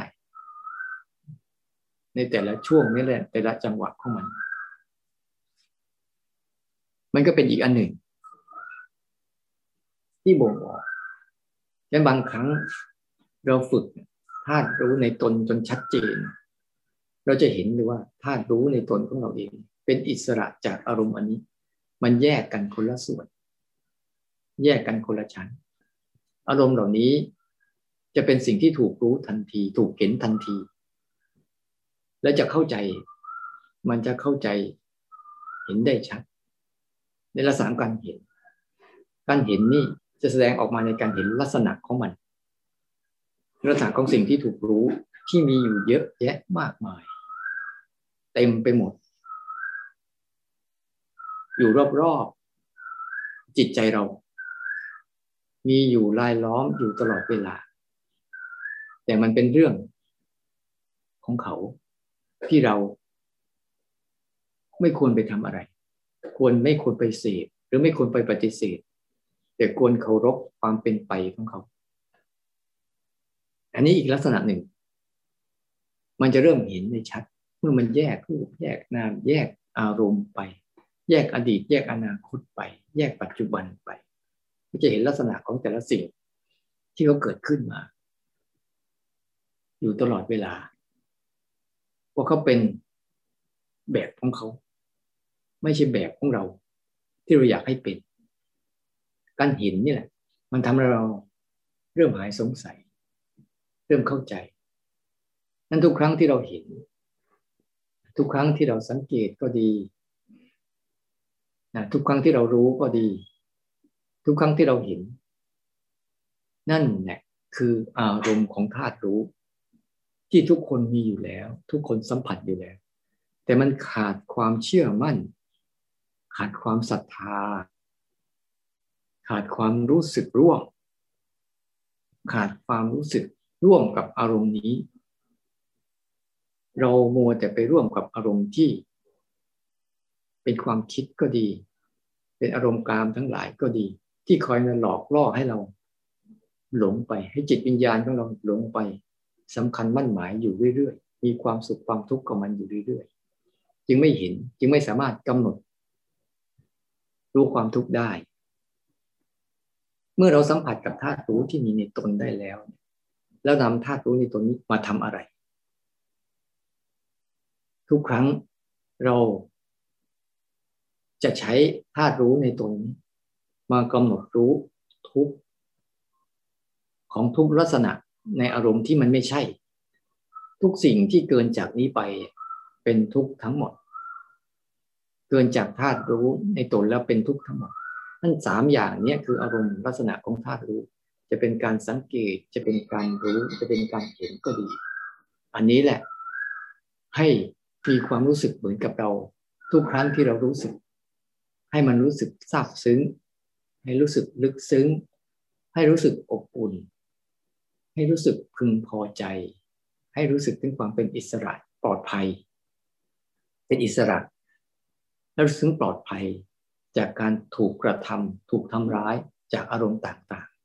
ในแต่ละช่วงนี่แหละแต่ละจังหวะของมันมันก็เป็นอีกอันหนึ่งที่บ่งบอกและบางครั้งเราฝึกธาตุรู้ในตนจนชัดเจนเราจะเห็นเลยว่าธาตุรู้ในตนของเราเองเป็นอิสระจากอารมณ์อันนี้มันแยกกันคนละส่วนแยกกันคนละชั้นอารมณ์เหล่านี้จะเป็นสิ่งที่ถูกรู้ทันทีถูกเห็นทันทีและจะเข้าใจมันจะเข้าใจเห็นได้ชัดในลักษณะการเห็นการเห็นนี่จะแสดงออกมาในการเห็นลักษณะของมันลักษณะของสิ่งที่ถูกรู้ที่มีอยู่เยอะแยะมากมายเต็มไปหมดอยู่รอบๆจิตใจเรามีอยู่รายล้อมอยู่ตลอดเวลาแต่มันเป็นเรื่องของเขาที่เราไม่ควรไปทำอะไรควรไม่ควรไปเสพหรือไม่ควรไปปฏิเสธแต่ควรเคารพความเป็นไปของเขาอันนี้อีกลักษณะหนึ่งมันจะเริ่มเห็นในชัดเมื่อมันแยกรูปแยกนามแยกอารมณ์ไปแยกอดีตแยกอนาคตไปแยกปัจจุบันไปก็จะเห็นลักษณะของแต่ละสิ่งที่เขาเกิดขึ้นมาอยู่ตลอดเวลาว่าเขาเป็นแบบของเขาไม่ใช่แบบของเราที่เราอยากให้เป็นการเห็นนี่แหละมันทำให้เราเริ่มหายสงสัยเริ่มเข้าใจนั้นทุกครั้งที่เราเห็นทุกครั้งที่เราสังเกตก็ดีนะทุกครั้งที่เรารู้ก็ดีทุกครั้งที่เราเห็นนั่นแหละคืออารมณ์ของธาตุรู้ที่ทุกคนมีอยู่แล้วทุกคนสัมผัสอยู่แล้วแต่มันขาดความเชื่อมั่นขาดความศรัทธาขาดความรู้สึกร่วมขาดความรู้สึกร่วมกับอารมณ์นี้เรามัวแต่ไปร่วมกับอารมณ์ที่เป็นความคิดก็ดีเป็นอารมณ์กามทั้งหลายก็ดีที่คอยมาหลอกล่อให้เราหลงไปให้จิตวิญญาณของเราหลงไปสำคัญมั่นหมายอยู่เรื่อยๆมีความสุขความทุกข์กับมันอยู่เรื่อยๆจึงไม่เห็นจึงไม่สามารถกำหนดรู้ความทุกข์ได้เมื่อเราสัมผัสกับธาตุรู้ที่มีในตนได้แล้วแล้วนำธาตุรู้ในตนนี้มาทำอะไรทุกครั้งเราจะใช้ธาตุรู้ในตนนี้มากำหนดรู้ทุกข์ของทุกลักษณะในอารมณ์ที่มันไม่ใช่ทุกสิ่งที่เกินจากนี้ไปเป็นทุกข์ทั้งหมดเกินจากธาตุรู้ในตนแล้วเป็นทุกข์ทั้งหมดนั่นสามอย่างนี้คืออารมณ์ลักษณะของธาตุรู้จะเป็นการสังเกตจะเป็นการรู้จะเป็นการเห็นก็ดีอันนี้แหละให้มีความรู้สึกเหมือนกับเราทุกครั้งที่เรารู้สึกให้มันรู้สึกซาบซึ้งให้รู้สึกลึกซึ้งให้รู้สึกอบอุ่นให้รู้สึกพึงพอใจให้รู้สึกถึงความเป็นอิสระปลอดภัยเป็นอิสระและรู้สึกปลอดภัยจากการถูกกระทำถูกทำร้ายจากอารมณ์ต่าง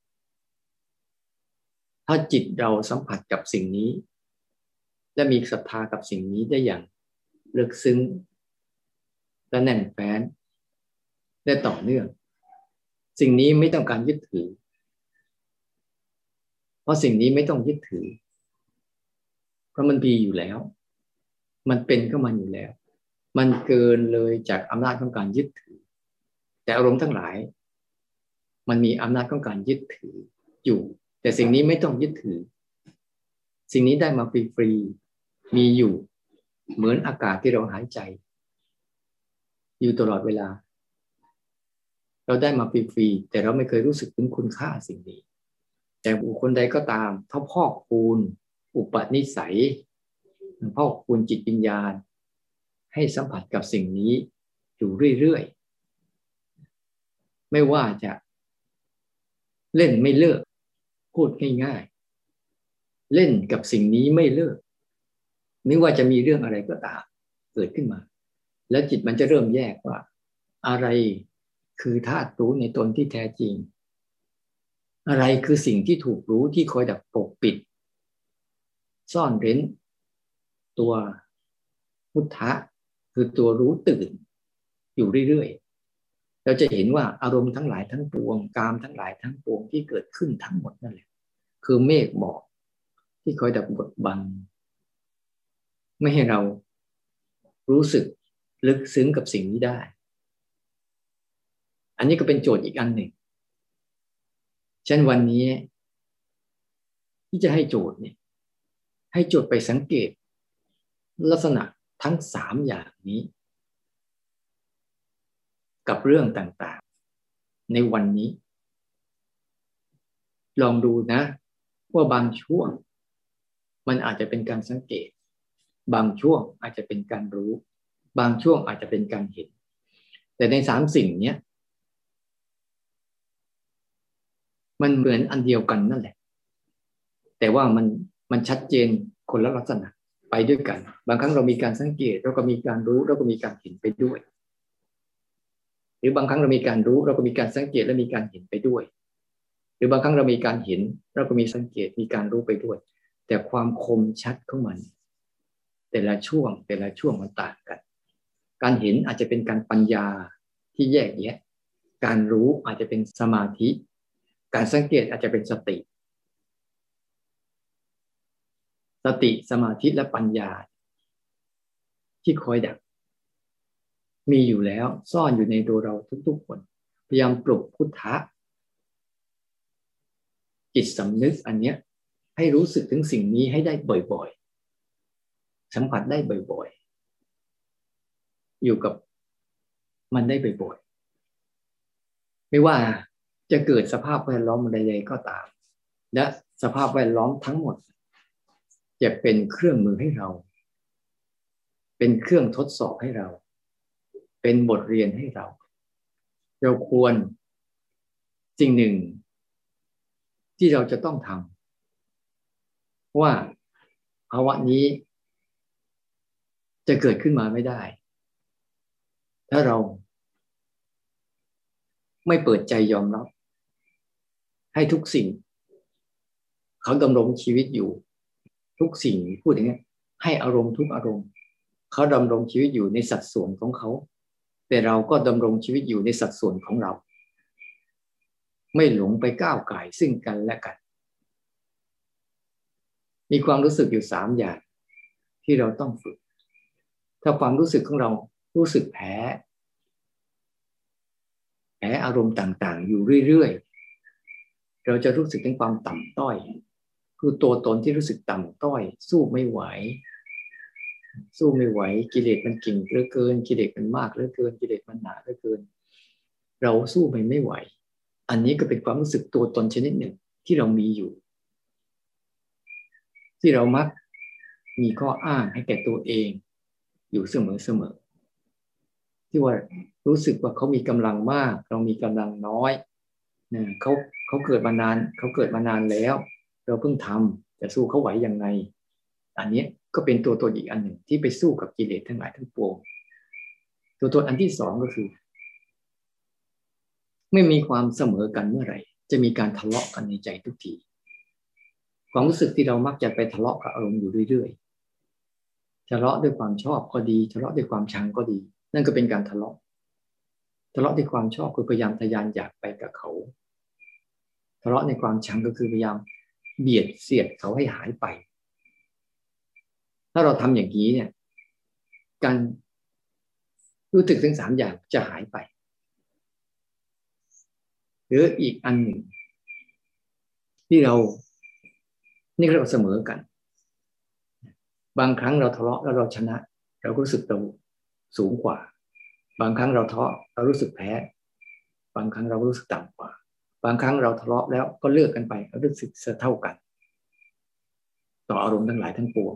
ๆถ้าจิตเราสัมผัสกับสิ่งนี้และมีศรัทธากับสิ่งนี้ได้อย่างลึกซึ้งและแน่นแฟ้นและต่อเนื่องสิ่งนี้ไม่ต้องการยึดถือเพราะสิ่งนี้ไม่ต้องยึดถือเพราะมันมีอยู่แล้วมันเป็นก็มันอยู่แล้วมันเกินเลยจากอำนาจของการยึดถือแต่อารมณ์ทั้งหลายมันมีอำนาจของการยึดถืออยู่แต่สิ่งนี้ไม่ต้องยึดถือสิ่งนี้ได้มาฟรีๆมีอยู่เหมือนอากาศที่เราหายใจอยู่ตลอดเวลาเราได้มาฟรีๆแต่เราไม่เคยรู้สึกถึงคุณค่าสิ่งนี้แต่บุคคลใดก็ตามถ้าพอกพูนอุปนิสัยพอกพูนจิตวิญญาณให้สัมผัสกับสิ่งนี้อยู่เรื่อยๆไม่ว่าจะเล่นไม่เลิกพูดง่ายๆเล่นกับสิ่งนี้ไม่เลิกไม่ว่าจะมีเรื่องอะไรก็ตามเกิดขึ้นมาแล้วจิตมันจะเริ่มแยกว่าอะไรคือธาตุรู้ในตนที่แท้จริงอะไรคือสิ่งที่ถูกรู้ที่คอยดักปกปิดซ่อนเร้นตัวพุทธะคือตัวรู้ตื่นอยู่เรื่อยๆเราจะเห็นว่าอารมณ์ทั้งหลายทั้งปวงกามทั้งหลายทั้งปวงที่เกิดขึ้นทั้งหมดนั่นแหละคือเมฆหมอกที่คอยดักบดบังไม่ให้เรารู้สึกลึกซึ้งกับสิ่งนี้ได้อันนี้ก็เป็นโจทย์อีกอันหนึ่งเช่นวันนี้ที่จะให้โจทย์เนี่ยให้โจทย์ไปสังเกตลักษณะทั้งสามอย่างนี้กับเรื่องต่างๆในวันนี้ลองดูนะว่าบางช่วงมันอาจจะเป็นการสังเกตบางช่วงอาจจะเป็นการรู้บางช่วงอาจจะเป็นการเห็นแต่ในสามสิ่งนี้มันเหมือนอันเดียวกันนั่นแหละแต่ว่ามันมันชัดเจนคนละลักษณะไปด้วยกันบางครั้งเรามีการสังเกตเราก็มีการรู้เราก็มีการเห็นไปด้วยหรือบางครั้งเรามีการรู้เราก็มีการสังเกตและมีการเห็นไปด้วยหรือบางครั้งเรามีการเห็นเราก็มีสังเกตมีการรู้ไปด้วยแต่ความคมชัดของมันแต่ละช่วงแต่ละช่วงมันต่างกันการเห็นอาจจะเป็นการปัญญาที่แยกแยะการรู้อาจจะเป็นสมาธิการสังเกตอาจจะเป็นสติสติสมาธิและปัญญาที่คอยดักมีอยู่แล้วซ่อนอยู่ในตัวเราทุกๆคนพยายามปลุกพุทธะจิตสำนึกอันเนี้ยให้รู้สึกถึงสิ่งนี้ให้ได้บ่อยๆสัมผัสได้บ่อยๆอยู่กับมันได้บ่อยๆไม่ว่าจะเกิดสภาพแวดล้อมใดๆก็ตามและสภาพแวดล้อมทั้งหมดจะเป็นเครื่องมือให้เราเป็นเครื่องทดสอบให้เราเป็นบทเรียนให้เราเราควรสิ่งหนึ่งที่เราจะต้องทำว่าภาวะนี้จะเกิดขึ้นมาไม่ได้ถ้าเราไม่เปิดใจยอมรับให้ทุกสิ่งเขาดำรงชีวิตอยู่ทุกสิ่งพูดอย่างนี้ให้อารมณ์ทุกอารมณ์เขาดำรงชีวิตอยู่ในสัดส่วนของเขาแต่เราก็ดำรงชีวิตอยู่ในสัดส่วนของเราไม่หลงไปก้าวไก่ซึ่งกันและกันมีความรู้สึกอยู่สามอย่างที่เราต้องฝึกถ้าความรู้สึกของเรารู้สึกแพ้แพ้อารมณ์ต่างๆอยู่เรื่อยๆเราจะรู้สึกถึงความต่ำต้อยคือตัวตนที่รู้สึกต่ำต้อยสู้ไม่ไหวสู้ไม่ไหวกิเลสมันเก่งเหลือเกินกิเลสมันมากเหลือเกินกิเลสมันหนาเหลือเกินเราสู้มันไม่ไหวอันนี้ก็เป็นความรู้สึกตัวตนชนิดหนึ่งที่เรามีอยู่ที่เรามักมีข้ออ้างให้แก่ตัวเองอยู่เสมอๆที่ว่ารู้สึกว่าเขามีกำลังมากเรามีกำลังน้อยนะเขาเขาเกิดมานานเขาเกิดมานานแล้วเราเพิ่งทำจะสู้เขาไหวยังไงอันนี้ก็เป็นตัวตนอีกอันหนึ่งที่ไปสู้กับกิเลสทั้งหลายทั้งปวงตัวตนอันที่สองก็คือไม่มีความเสมอกันเมื่อไหร่จะมีการทะเลาะกันในใจทุกทีความรู้สึกที่เรามักจะไปทะเลาะกับอารมณ์อยู่เรื่อยๆทะเลาะด้วยความชอบก็ดีทะเลาะด้วยความชังก็ดีนั่นก็เป็นการทะเลาะทะเลาะด้วยความชอบคือพยายามทะยานอยากไปกับเขาทะเลาะในความชังก็คือพยายามเบียดเสียดเขาให้หายไปถ้าเราทำอย่างนี้เนี่ยการรู้สึกทั้งสามอย่างจะหายไปหรืออีกอันหนึ่งที่เรานี่เราเสมอกันบางครั้งเราทะเลาะแล้วเราชนะเราก็รู้สึกเราสูงกว่าบางครั้งเราทะเลาะเรารู้สึกแพ้บางครั้งเรารู้สึกต่ำกว่าบางครั้งเราทะเลาะแล้วก็เลิกกันไปเรารู้สึกเท่ากันต่ออารมณ์ทั้งหลายทั้งปวง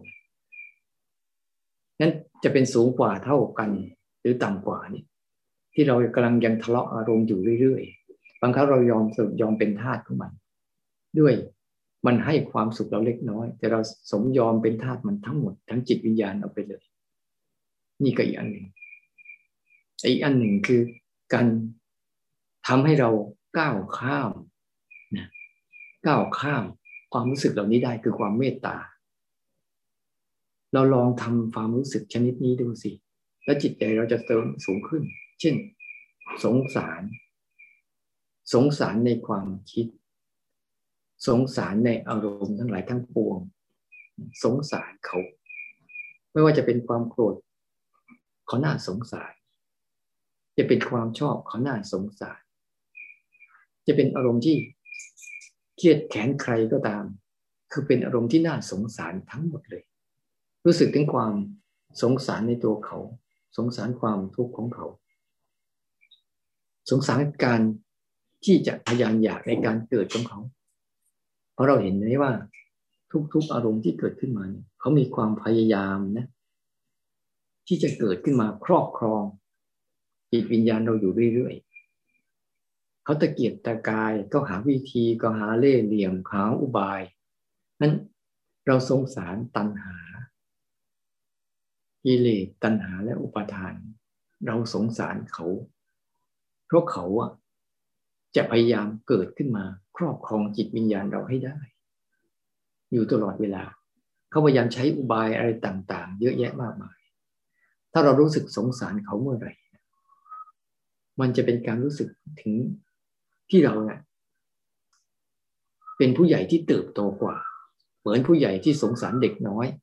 นั้นจะเป็นสูงกว่าเท่ากันหรือต่ำกว่านี่ที่เรากำลังยังทะเลาะอารมณ์อยู่เรื่อยๆบางครั้งเรายอมยอมเป็นทาสของมันด้วยมันให้ความสุขเราเล็กน้อยแต่เราสมยอมเป็นทาสมันทั้งหมดทั้งจิตวิญญาณเอาไปเลยนี่ก็อีกอันหนึ่งอีกอันหนึ่งคือการทำให้เราก้าวข้ามนะก้าวข้ามความรู้สึกเหล่านี้ได้คือความเมตตาเราลองทำความรู้สึกชนิดนี้ดูสิแล้วจิตใจเราจะเติมสูงขึ้นเช่นสงสารสงสารในความคิดสงสารในอารมณ์ทั้งหลายทั้งปวงสงสารเขาไม่ว่าจะเป็นความโกรธเขาน่าสงสารจะเป็นความชอบเขาน่าสงสารจะเป็นอารมณ์ที่เครียดแค้นใครก็ตามคือเป็นอารมณ์ที่น่าสงสารทั้งหมดเลยรู้สึกถึงความสงสารในตัวเขาสงสารความทุกข์ของเขาสงสารการที่จะพยายามอยากในการเกิดของเขาเพราะเราเห็นไหมว่าทุกๆอารมณ์ที่เกิดขึ้นมาเนี่ยเขามีความพยายามนะที่จะเกิดขึ้นมาครอบครองจิตวิญญาณเราอยู่เรื่อยๆเขาตะเกียกตะกายก็หาวิธีก็หาเล่ห์เหลี่ยมหาอุบายนั้นเราสงสารตัณหากิเลสตัณหาและอุปาทานเราสงสารเขาเพราะเขาอะจะพยายามเกิดขึ้นมาครอบครองจิตวิญญาณเราให้ได้อยู่ตลอดเวลาเขาพยายามใช้อุบายอะไรต่างๆเยอะแยะมากมายถ้าเรารู้สึกสงสารเขาเมื่อไหร่มันจะเป็นการรู้สึกถึงที่เราเนี่ยเป็นผู้ใหญ่ที่เติบโตกว่าเหมือนผู้ใหญ่ที่สงสารเด็กน้อย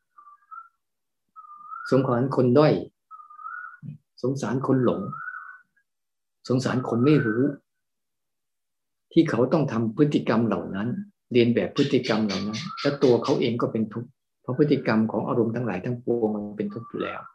สงสารคนด้อยสงสารคนหลงสงสารคนไม่รู้ที่เขาต้องทำพฤติกรรมเหล่านั้นเรียนแบบพฤติกรรมเหล่านั้นและตัวเขาเองก็เป็นทุกข์เพราะพฤติกรรมของอารมณ์ทั้งหลายทั้งปวงมันเป็นทุกข์อยู่แล้ว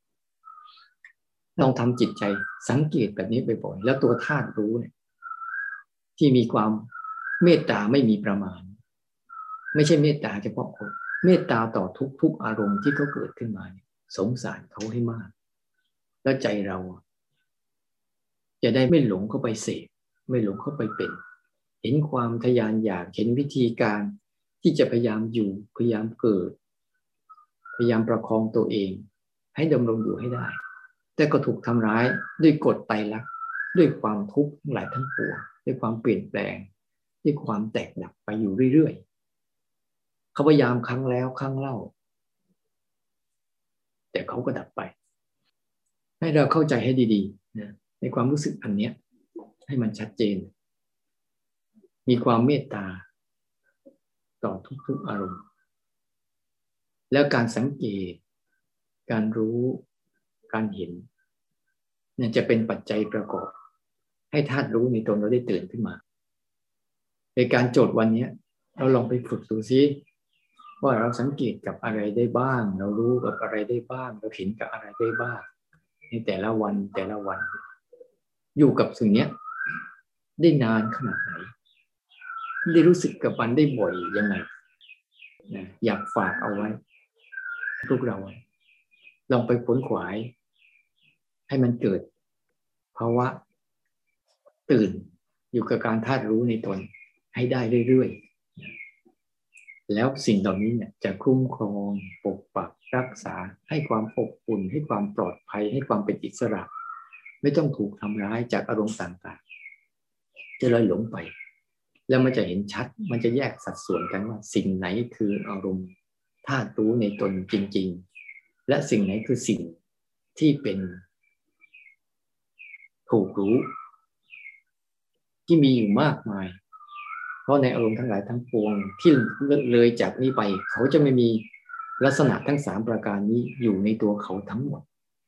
ลองทำจิตใจสังเกตแบบนี้บ่อยๆแล้วตัวธาตุรู้เนี่ยที่มีความเมตตาไม่มีประมาณไม่ใช่เมตตาเฉพาะคนเมตตาต่อทุกๆอารมณ์ที่เขาเกิดขึ้นมาสงสารเขาให้มากแล้วใจเราจะได้ไม่หลงเข้าไปเสพไม่หลงเข้าไปเป็นเห็นความทยานอยากเห็นวิธีการที่จะพยายามอยู่พยายามเกิดพยายามประคองตัวเองให้ดำรงอยู่ให้ได้แต่ก็ถูกทำร้ายด้วยกฎไตรลักษณ์ด้วยความทุกข์ทั้งหลายทั้งปวงด้วยความเปลี่ยนแปลงด้วยความแตกดับไปอยู่เรื่อยๆเขาพยายามครั้งแล้วครั้งเล่าแต่เขาก็ดับไปให้เราเข้าใจให้ดีๆนะในความรู้สึกอันเนี้ยให้มันชัดเจนมีความเมตตาต่อทุกๆอารมณ์แล้วการสังเกตการรู้การเห็นเนี่ยจะเป็นปัจจัยประกอบให้ธาตุรู้ในตนเราได้ตื่นขึ้นมาในการโจทย์วันนี้เราลองไปฝึกดูซิว่าเราสังเกตกับอะไรได้บ้างเรารู้กับอะไรได้บ้างเราเห็นกับอะไรได้บ้างในแต่ละวันแต่ละวันอยู่กับสิ่งนี้ได้นานขนาดไหนได้รู้สึกกับมันได้บ่อยยังไงนะอยากฝากเอาไว้พวกเราลองไปค้นขวายให้มันเกิดภาวะตื่นอยู่กับการธาตุรู้ในตนให้ได้เรื่อยๆแล้วสิ่งเหล่านี้เนี่ยจะคุ้มครองปกปักรักษาให้ความอบอุ่นให้ความปลอดภัยให้ความเป็นอิสระไม่ต้องถูกทำร้ายจากอารมณ์ต่างๆจะลอยหลงไปแล้วมันจะเห็นชัดมันจะแยกสัดส่วนกันว่าสิ่งไหนคืออารมณ์ธาตุรู้ในตนจริงๆและสิ่งไหนคือสิ่งที่เป็นถูกรู้ที่มีอยู่มากมายเพราะในอารมณ์ทั้งหลายทั้งปวงที่เลยจากนี้ไปเขาจะไม่มีลักษณะทั้งสามประการนี้อยู่ในตัวเขาทั้งหมด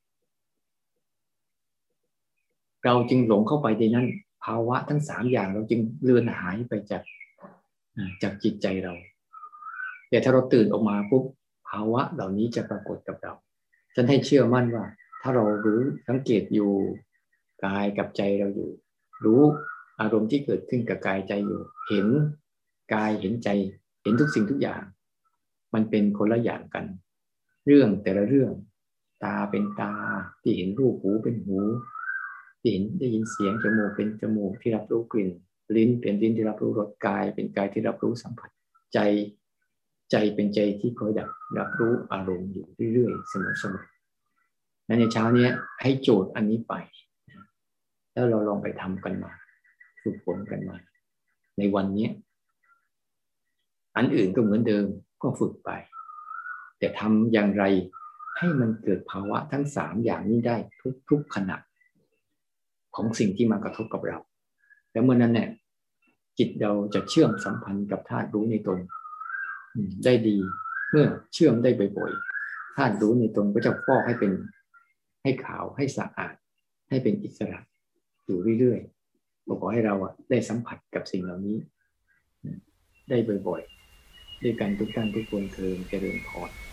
เราจึงหลงเข้าไปในนั้นภาวะทั้งสามอย่างเราจึงเลือนหายไปจากจากจิตใจเราแต่ถ้าเราตื่นออกมาปุ๊บภาวะเหล่านี้จะปรากฏกับเราฉันให้เชื่อมั่นว่าถ้าเรารู้สังเกตอยู่กายกับใจเราอยู่รู้อารมณ์ที่เกิดขึ้นกับกายใจอยู่เห็นกายเห็นใจเห็นทุกสิ่งทุกอย่างมันเป็นคนละอย่างกันเรื่องแต่ละเรื่องตาเป็นตาที่เห็นรูปหูเป็นหูที่เห็นได้ยินเสียงจมูกเป็นจมูกที่รับรู้กลิ่นลิ้นเป็นลิ้นที่รับรู้รสกายเป็นกายที่รับรู้สัมผัสใจใจเป็นใจที่คอยดับรับรู้อารมณ์อยู่เรื่อยๆเสมอๆในเช้านี้ให้โจทย์อันนี้ไปแล้วเราลองไปทำกันมาฝึกฝนกันมาในวันนี้อันอื่นก็เหมือนเดิมก็ฝึกไปแต่ทำอย่างไรให้มันเกิดภาวะทั้งสามอย่างนี้ได้ทุกๆขณะของสิ่งที่มากระทบกับเราแล้วเมื่อนั้นเนี่ยจิตเราจะเชื่อมสัมพันธ์กับธาตุรู้ในตนได้ดีเมื่อเชื่อมได้บ่อยๆธาตุรู้ในตนก็จะฟอกให้เป็นให้ขาวให้สะอาดให้เป็นอิสระอยู่เรื่อยๆขอให้เราได้สัมผัสกับสิ่งเหล่านี้ได้บ่อยๆด้วยกันทุกท่านทุกคนเทินเจริญพร